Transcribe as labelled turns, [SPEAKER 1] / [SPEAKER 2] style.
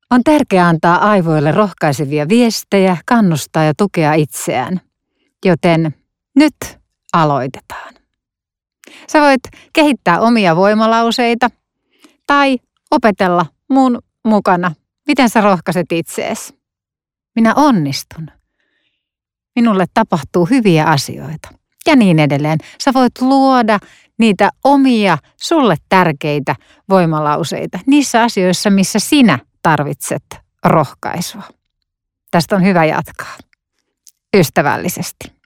[SPEAKER 1] On tärkeää antaa aivoille rohkaisevia viestejä, kannustaa ja tukea itseään. Joten nyt aloitetaan. Sä voit kehittää omia voimalauseita tai opetella mun mukana, miten sä rohkaiset itseesi. Minä onnistun. Minulle tapahtuu hyviä asioita. Ja niin edelleen. Sä voit luoda niitä omia, sulle tärkeitä voimalauseita niissä asioissa, missä sinä tarvitset rohkaisua. Tästä on hyvä jatkaa. Ystävällisesti.